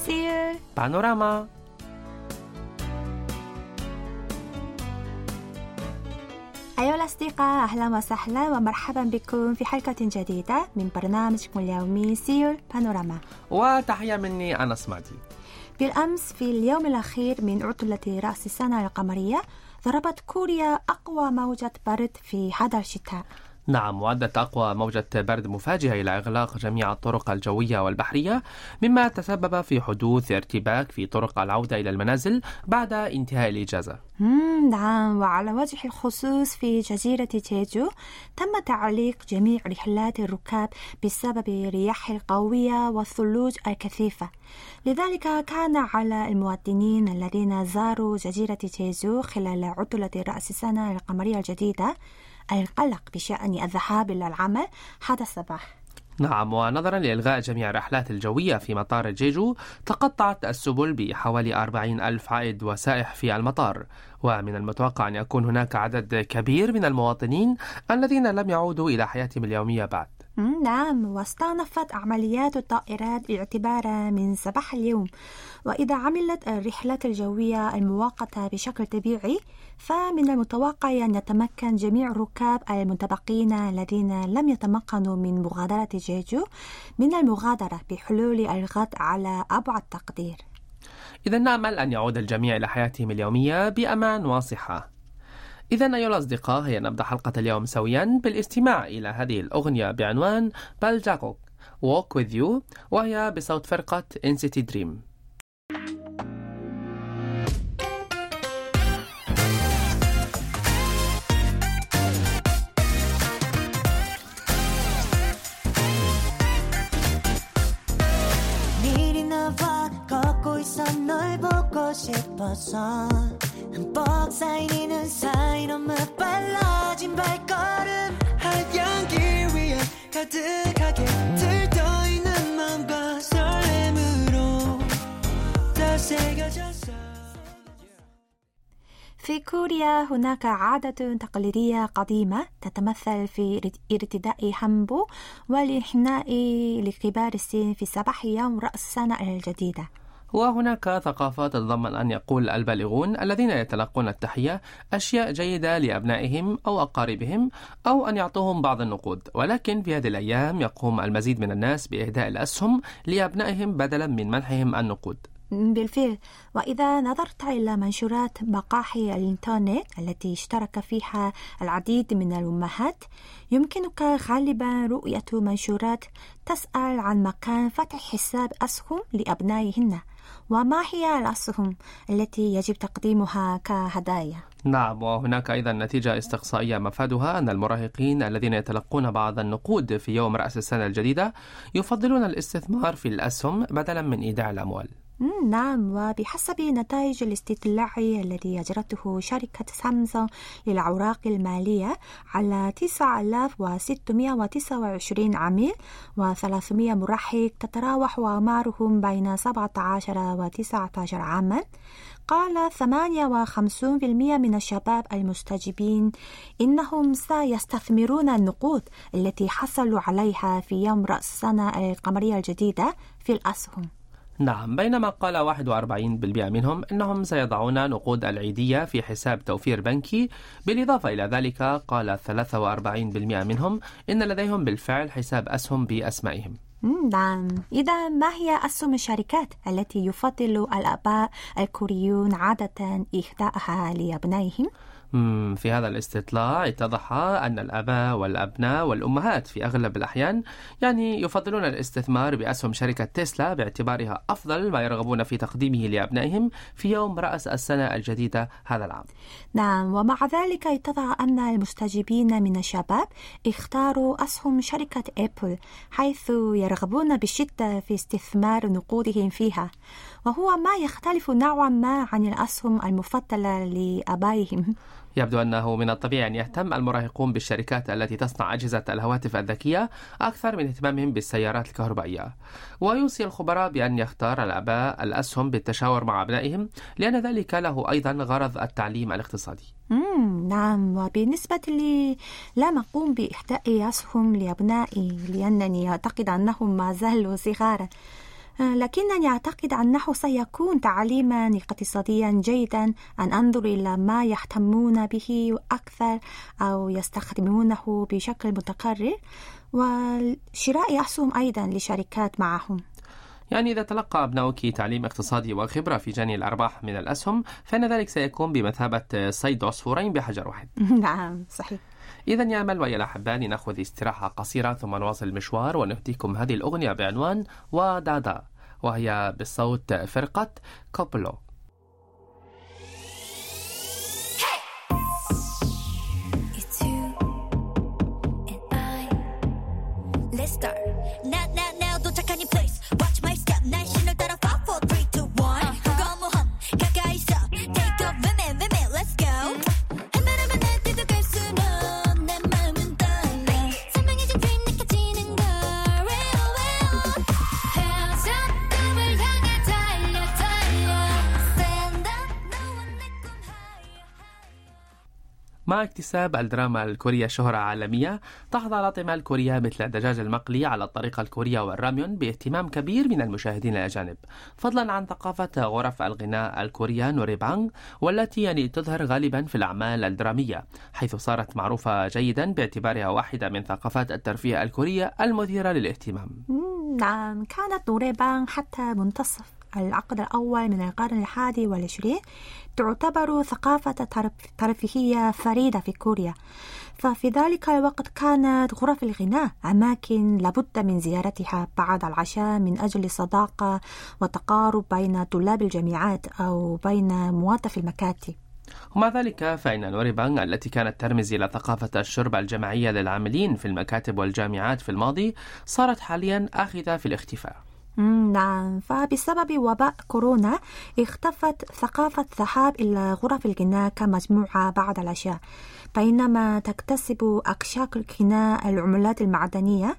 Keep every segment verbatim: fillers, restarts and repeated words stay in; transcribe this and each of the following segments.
سير بانوراما. أيها الأصدقاء، أهلا وسهلا ومرحبا بكم في حلقة جديدة من برنامجكم اليومي سير بانوراما. وتحية مني أنا سمادي. بالأمس في اليوم الأخير من عطلة رأس السنة القمرية ضربت كوريا أقوى موجة برد في هذا الشتاء. نعم، وأدت أقوى موجة برد مفاجئة إلى إغلاق جميع الطرق الجوية والبحرية، مما تسبب في حدوث ارتباك في طرق العودة إلى المنازل بعد انتهاء الإجازة. نعم، وعلى وجه الخصوص في جزيرة جيجو تم تعليق جميع رحلات الركاب بسبب الرياح القوية والثلوج الكثيفة. لذلك كان على المواطنين الذين زاروا جزيرة جيجو خلال عطلة رأس السنة القمرية الجديدة القلق بشأن الذهاب إلى العمل هذا الصباح. نعم، ونظرا لإلغاء جميع الرحلات الجوية في مطار جيجو تقطعت السبل بحوالي أربعين ألف عائد وسائح في المطار، ومن المتوقع أن يكون هناك عدد كبير من المواطنين الذين لم يعودوا إلى حياتهم اليومية بعد. نعم، واستأنفت عمليات الطائرات اعتبارا من صباح اليوم، وإذا عملت الرحلات الجوية المؤقتة بشكل طبيعي فمن المتوقع أن يتمكن جميع الركاب المتبقين الذين لم يتمكنوا من مغادرة جيجو من المغادرة بحلول الغد على أبعد تقدير. إذا نأمل أن يعود الجميع إلى حياتهم اليومية بأمان وصحة. إذن أيها الأصدقاء، هيا نبدأ حلقة اليوم سويا بالاستماع إلى هذه الأغنية بعنوان بالجاكوك Walk With You، وهي بصوت فرقة إن سي تي Dream. 널 보고 싶어서 흠뻑 쌓이는 사이로만 빨라진 발걸음 하얀 길 위에 가득하게 들떠있는 마음과 설렘으로 다 새겨졌어. في كوريا هناك عادة تقليدية قديمة تتمثل في ارتداء هانبو والإنحناء لكبار السن في صباح يوم رأس السنة الجديدة. وهناك ثقافة تتضمن أن يقول البالغون الذين يتلقون التحية أشياء جيدة لأبنائهم أو أقاربهم، أو أن يعطوهم بعض النقود، ولكن في هذه الأيام يقوم المزيد من الناس بإهداء الأسهم لأبنائهم بدلا من منحهم النقود. بالفعل، وإذا نظرت إلى منشورات مقاهي الإنترنت التي اشترك فيها العديد من الأمهات يمكنك غالبا رؤية منشورات تسأل عن مكان فتح حساب أسهم لأبنائهن، وما هي الأسهم التي يجب تقديمها كهدايا. نعم، وهناك أيضا نتيجة استقصائية مفادها أن المراهقين الذين يتلقون بعض النقود في يوم رأس السنة الجديدة يفضلون الاستثمار في الأسهم بدلا من إيداع الأموال. نعم، وبحسب نتائج الاستطلاع الذي أجرته شركة سامسونج للأوراق المالية على تسعة آلاف وستمائة وتسعة وعشرين عميل وثلاثمائة مراهق تتراوح أعمارهم بين سبعة عشر وتسعة عشر عاما، قال ثمانية وخمسين بالمئة من الشباب المستجيبين إنهم سيستثمرون النقود التي حصلوا عليها في يوم رأس السنة القمرية الجديدة في الأسهم. نعم، بينما قال واحد وأربعين بالمئة منهم إنهم سيضعون نقود العيدية في حساب توفير بنكي. بالإضافة إلى ذلك قال ثلاثة وأربعين بالمئة منهم إن لديهم بالفعل حساب أسهم بأسمائهم. نعم، إذا ما هي أسهم الشركات التي يفضل الآباء الكوريون عادة إهداءها لأبنائهم؟ في هذا الاستطلاع اتضح أن الآباء والأبناء والأمهات في أغلب الأحيان يعني يفضلون الاستثمار بأسهم شركة تسلا باعتبارها أفضل ما يرغبون في تقديمه لأبنائهم في يوم رأس السنة الجديدة هذا العام. نعم، ومع ذلك اتضح أن المستجيبين من الشباب اختاروا أسهم شركة أبل حيث يرغبون بشدة في استثمار نقودهم فيها، وهو ما يختلف نوعا ما عن الأسهم المفضلة لآبائهم. يبدو أنه من الطبيعي أن يهتم المراهقون بالشركات التي تصنع أجهزة الهواتف الذكية أكثر من اهتمامهم بالسيارات الكهربائية، ويوصي الخبراء بأن يختار الآباء الأسهم بالتشاور مع أبنائهم لأن ذلك له أيضا غرض التعليم الاقتصادي. مم نعم، وبالنسبة لي لا أقوم بإهداء أسهم لأبنائي لأنني أعتقد أنهم ما زالوا صغارا. لكنني أعتقد أنه سيكون تعليما اقتصاديا جيدا أن أنظر إلى ما يهتمون به أكثر أو يستخدمونه بشكل متكرر، وشراء أسهم أيضا لشركات معهم. يعني إذا تلقى أبنائك تعليم اقتصادي وخبرة في جني الأرباح من الأسهم، فإن ذلك سيكون بمثابة صيد عصفورين بحجر واحد. نعم صحيح. إذا يا أمل ويا الأحباء، لنأخذ استراحة قصيرة ثم نواصل المشوار ونهديكم هذه الأغنية بعنوان ودادا، وهي بالصوت فرقة كوبلو. Let's start. Now, now, now, 도착한 이 place. Watch my step. 날 신을 따라 five, four, three, two, one. 거무함 가까이 있어. Take off, women, women, let's go. 헤매려면 내 뒤도 갈 수는 내 마음은 떨려. 선명해진 dream 느껴지는 걸. Real, real. 해서 꿈을 향해 달려, 달려. Stand up, 너와 내 꿈 higher. مع اكتساب الدراما الكورية شهرة عالمية، تحظى الأطعمة الكورية مثل الدجاج المقلي على الطريقة الكورية والراميون باهتمام كبير من المشاهدين الأجانب، فضلا عن ثقافة غرف الغناء الكورية نوريبانغ، والتي يعني تظهر غالبا في الأعمال الدرامية، حيث صارت معروفة جيدا باعتبارها واحدة من ثقافات الترفيه الكورية المثيرة للاهتمام. نعم، كانت نوريبانغ حتى منتصف العقد الأول من القرن الحادي والعشرين تعتبر ثقافة ترفيهية فريدة في كوريا، ففي ذلك الوقت كانت غرف الغناء أماكن لابد من زيارتها بعد العشاء من أجل الصداقة والتقارب بين طلاب الجامعات أو بين موظفي المكاتب. ومع ذلك فإن نوريبانغ التي كانت ترمز إلى ثقافة الشرب الجماعية للعاملين في المكاتب والجامعات في الماضي صارت حاليا آخذة في الاختفاء. نعم، فبسبب وباء كورونا اختفت ثقافة الذهاب إلى غرف الغناء كمجموعة بعد العشاء، بينما تكتسب أكشاك الغناء العملات المعدنية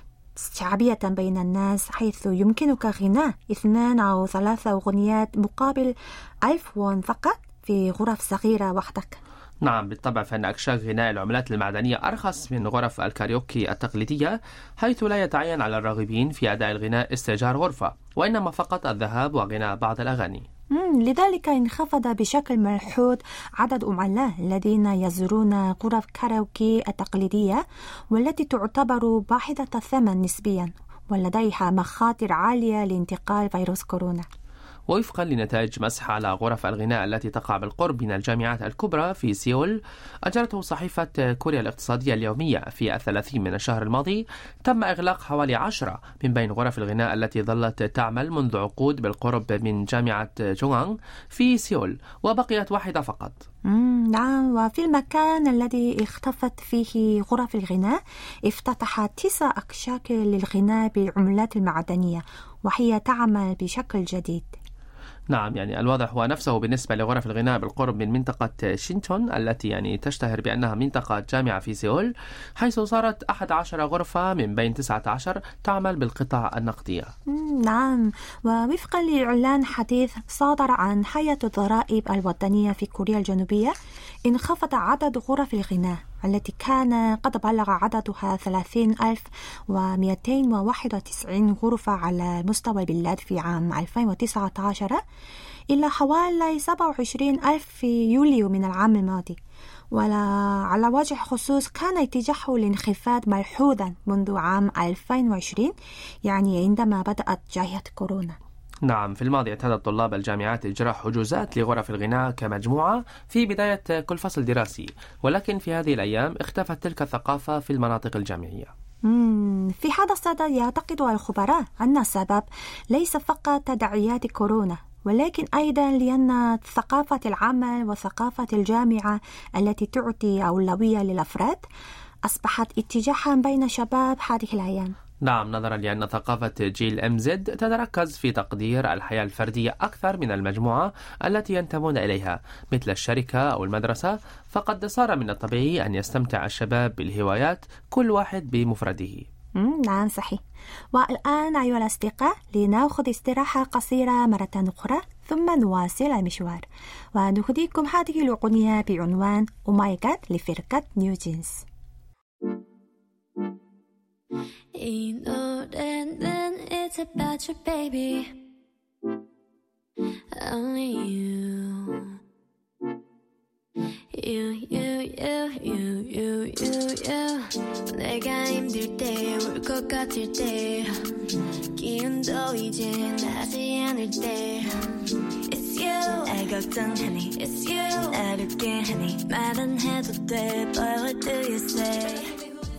شعبية بين الناس، حيث يمكنك غناء اثنان أو ثلاثة أغنيات مقابل ألف وون فقط في غرف صغيرة وحدك. نعم بالطبع، فإن أكشاك غناء العملات المعدنية أرخص من غرف الكاريوكي التقليدية، حيث لا يتعين على الراغبين في أداء الغناء استئجار غرفة، وإنما فقط الذهاب وغناء بعض الأغاني. لذلك انخفض بشكل ملحوظ عدد عملاء الذين يزورون غرف كاراوكي التقليدية، والتي تعتبر باحثة الثمن نسبيا ولديها مخاطر عالية لانتقال فيروس كورونا. ووفقا لنتائج مسح على غرف الغناء التي تقع بالقرب من الجامعات الكبرى في سيول، أجرته صحيفة كوريا الاقتصادية اليومية في الثلاثين من الشهر الماضي، تم إغلاق حوالي عشرة من بين غرف الغناء التي ظلت تعمل منذ عقود بالقرب من جامعة جونغ في سيول، وبقيت واحدة فقط. نعم، وفي المكان الذي اختفت فيه غرف الغناء افتتح تسع أكشاك للغناء بالعملات المعدنية، وهي تعمل بشكل جديد. نعم، يعني الواضح هو نفسه بالنسبة لغرف الغناء بالقرب من منطقة شينتون التي يعني تشتهر بأنها منطقة جامعة في سيول، حيث صارت أحد عشر غرفة من بين تسعة عشر تعمل بالقطع النقدية. نعم، ووفقا لإعلان حديث صادر عن هيئة الضرائب الوطنية في كوريا الجنوبية، انخفض عدد غرف الغناء التي كان قد بلغ عددها ثلاثين ألف ومئتين وواحد وتسعين غرفة على مستوى البلاد في عام ألفين وتسعة عشر إلى حوالي سبعة وعشرين ألف في يوليو من العام الماضي، وعلى وجه خصوص كان اتجاهه لانخفاض ملحوظا منذ عام ألفين وعشرين، يعني عندما بدأت جائحة كورونا. نعم، في الماضي اعتاد طلاب الجامعات إجراء حجوزات لغرف الغناء كمجموعة في بداية كل فصل دراسي، ولكن في هذه الأيام اختفت تلك الثقافة في المناطق الجامعية. في هذا الصدد يعتقد الخبراء أن السبب ليس فقط تداعيات كورونا، ولكن أيضا لأن ثقافة العمل وثقافة الجامعة التي تعطي أولوية للأفراد أصبحت اتجاها بين شباب هذه الأيام. نعم، نظرا لأن ثقافة جيل إم زد تتركز في تقدير الحياة الفردية أكثر من المجموعة التي ينتمون إليها مثل الشركة أو المدرسة، فقد صار من الطبيعي أن يستمتع الشباب بالهوايات كل واحد بمفرده. نعم صحيح. والآن أيها الأصدقاء لنأخذ استراحة قصيرة مرة أخرى ثم نواصل المشوار، ونهديكم هذه الأغنية بعنوان Oh My God لفرقة نيوجينز. 이 노래는 It's it's about you, baby. Only you. You, you, you, you, you, you, you. 내가 힘들 때, 울 것 같을 때, 기운도 이제 나지 않을 때. It's you. 날 걱정하니, it's you. 날 웃게 하니, 말은 해도 돼, but what do you say?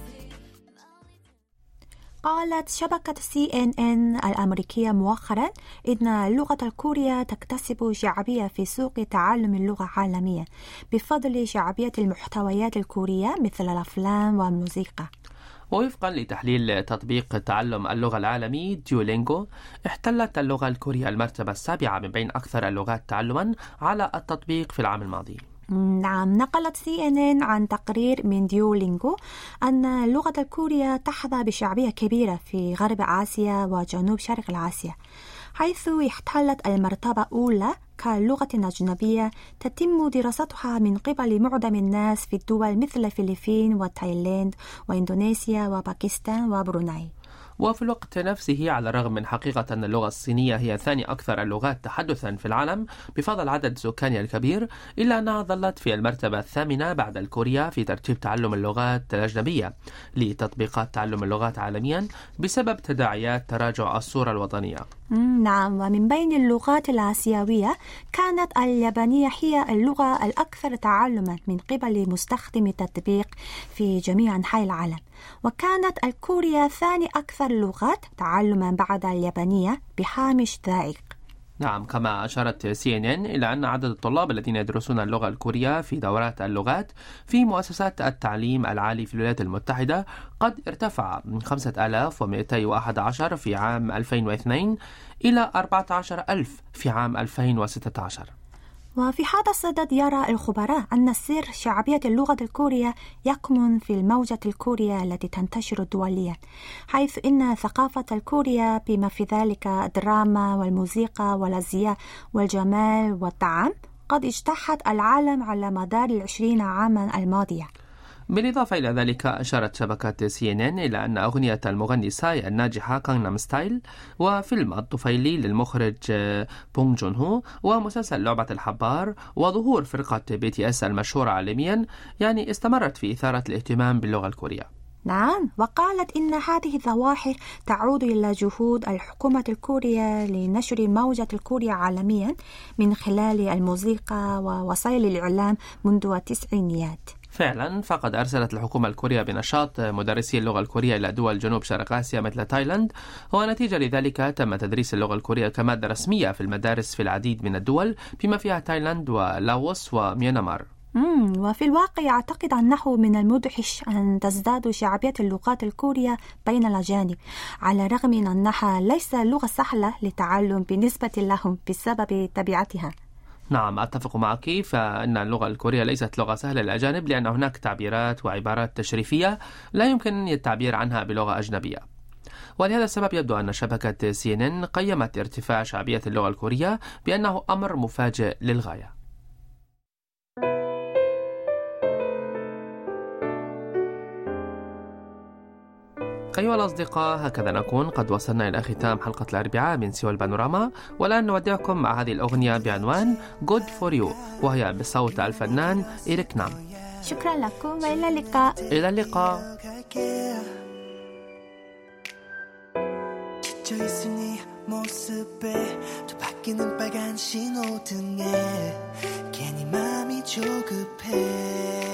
قالت شبكة سي إن إن الأمريكية مؤخرا إن اللغة الكورية تكتسب شعبية في سوق تعلم اللغة عالميا بفضل شعبية المحتويات الكورية مثل الأفلام والموسيقى. ووفقا لتحليل تطبيق تعلم اللغة العالمي ديولينغو، احتلت اللغة الكورية المرتبة السابعة من بين أكثر اللغات تعلما على التطبيق في العام الماضي. نعم، نقلت سي إن إن عن تقرير من ديولينغو أن اللغة الكورية تحظى بشعبية كبيرة في غرب آسيا وجنوب شرق آسيا، حيث احتلت المرتبة الأولى كلغة أجنبية تتم دراستها من قبل معظم الناس في الدول مثل الفلبين وتايلاند وإندونيسيا وباكستان وبروناي. وفي الوقت نفسه، على الرغم من حقيقة أن اللغة الصينية هي ثاني أكثر اللغات تحدثا في العالم بفضل عدد سكانها الكبير، إلا أنها ظلت في المرتبة الثامنة بعد الكوريا في ترتيب تعلم اللغات الأجنبية لتطبيقات تعلم اللغات عالميا بسبب تداعيات تراجع الصورة الوطنية. نعم، ومن بين اللغات الآسيوية كانت اليابانية هي اللغة الأكثر تعلما من قبل مستخدمي التطبيق في جميع أنحاء العالم، وكانت الكورية ثاني أكثر اللغات تعلما بعد اليابانية بهامش ضائق. نعم، كما أشارت سي إن إن إلى أن عدد الطلاب الذين يدرسون اللغة الكورية في دورات اللغات في مؤسسات التعليم العالي في الولايات المتحدة قد ارتفع من خمسة آلاف ومئتين وأحد عشر في عام ألفين واثنين إلى أربعة عشر ألف في عام ألفين وستة عشر. وفي هذا الصدد يرى الخبراء أن سر شعبية اللغة الكورية يكمن في الموجة الكورية التي تنتشر دوليا، حيث إن ثقافة الكورية بما في ذلك الدراما والموسيقى والأزياء والجمال والطعام قد اجتاحت العالم على مدار العشرين عاما الماضية. بالإضافة إلى ذلك، أشارت شبكة سي إن إن إلى أن أغنية المغني ساي الناجحة كانغنام ستايل، وفيلم الطفيلي للمخرج بونغ جون هو، ومسلسل لعبة الحبار، وظهور فرقة بي تي إس المشهورة عالميا، يعني استمرت في إثارة الاهتمام باللغة الكورية. نعم، وقالت إن هذه الظواهر تعود إلى جهود الحكومة الكورية لنشر موجة الكورية عالميا من خلال الموسيقى ووسائل الإعلام منذ التسعينيات. فعلا، فقد أرسلت الحكومة الكورية بنشاط مدرسي اللغة الكورية إلى دول جنوب شرق آسيا مثل تايلاند، ونتيجة لذلك تم تدريس اللغة الكورية كمادة رسمية في المدارس في العديد من الدول بما فيها تايلاند ولاوس وميانمار. مم. وفي الواقع أعتقد أنه من المدهش أن تزداد شعبية اللغات الكورية بين الأجانب، على الرغم من أنها ليس لغة سهلة للتعلم بالنسبة لهم بسبب طبيعتها. نعم، أتفق معك، فإن اللغة الكورية ليست لغة سهلة للأجانب، لأن هناك تعبيرات وعبارات تشريفية لا يمكن التعبير عنها بلغة أجنبية. ولهذا السبب يبدو أن شبكة سي إن إن قيمت ارتفاع شعبية اللغة الكورية بأنه أمر مفاجئ للغاية. أيها الأصدقاء، هكذا نكون قد وصلنا إلى ختام حلقة الأربعاء من سيول بانوراما، والآن نودعكم مع هذه الأغنية بعنوان Good for You، وهي بصوت الفنان إيريك نام. شكرا لكم وإلى اللقاء. إلى اللقاء. 모습에 또 바뀌는 빨간 신호등에 괜히 마음이 조급해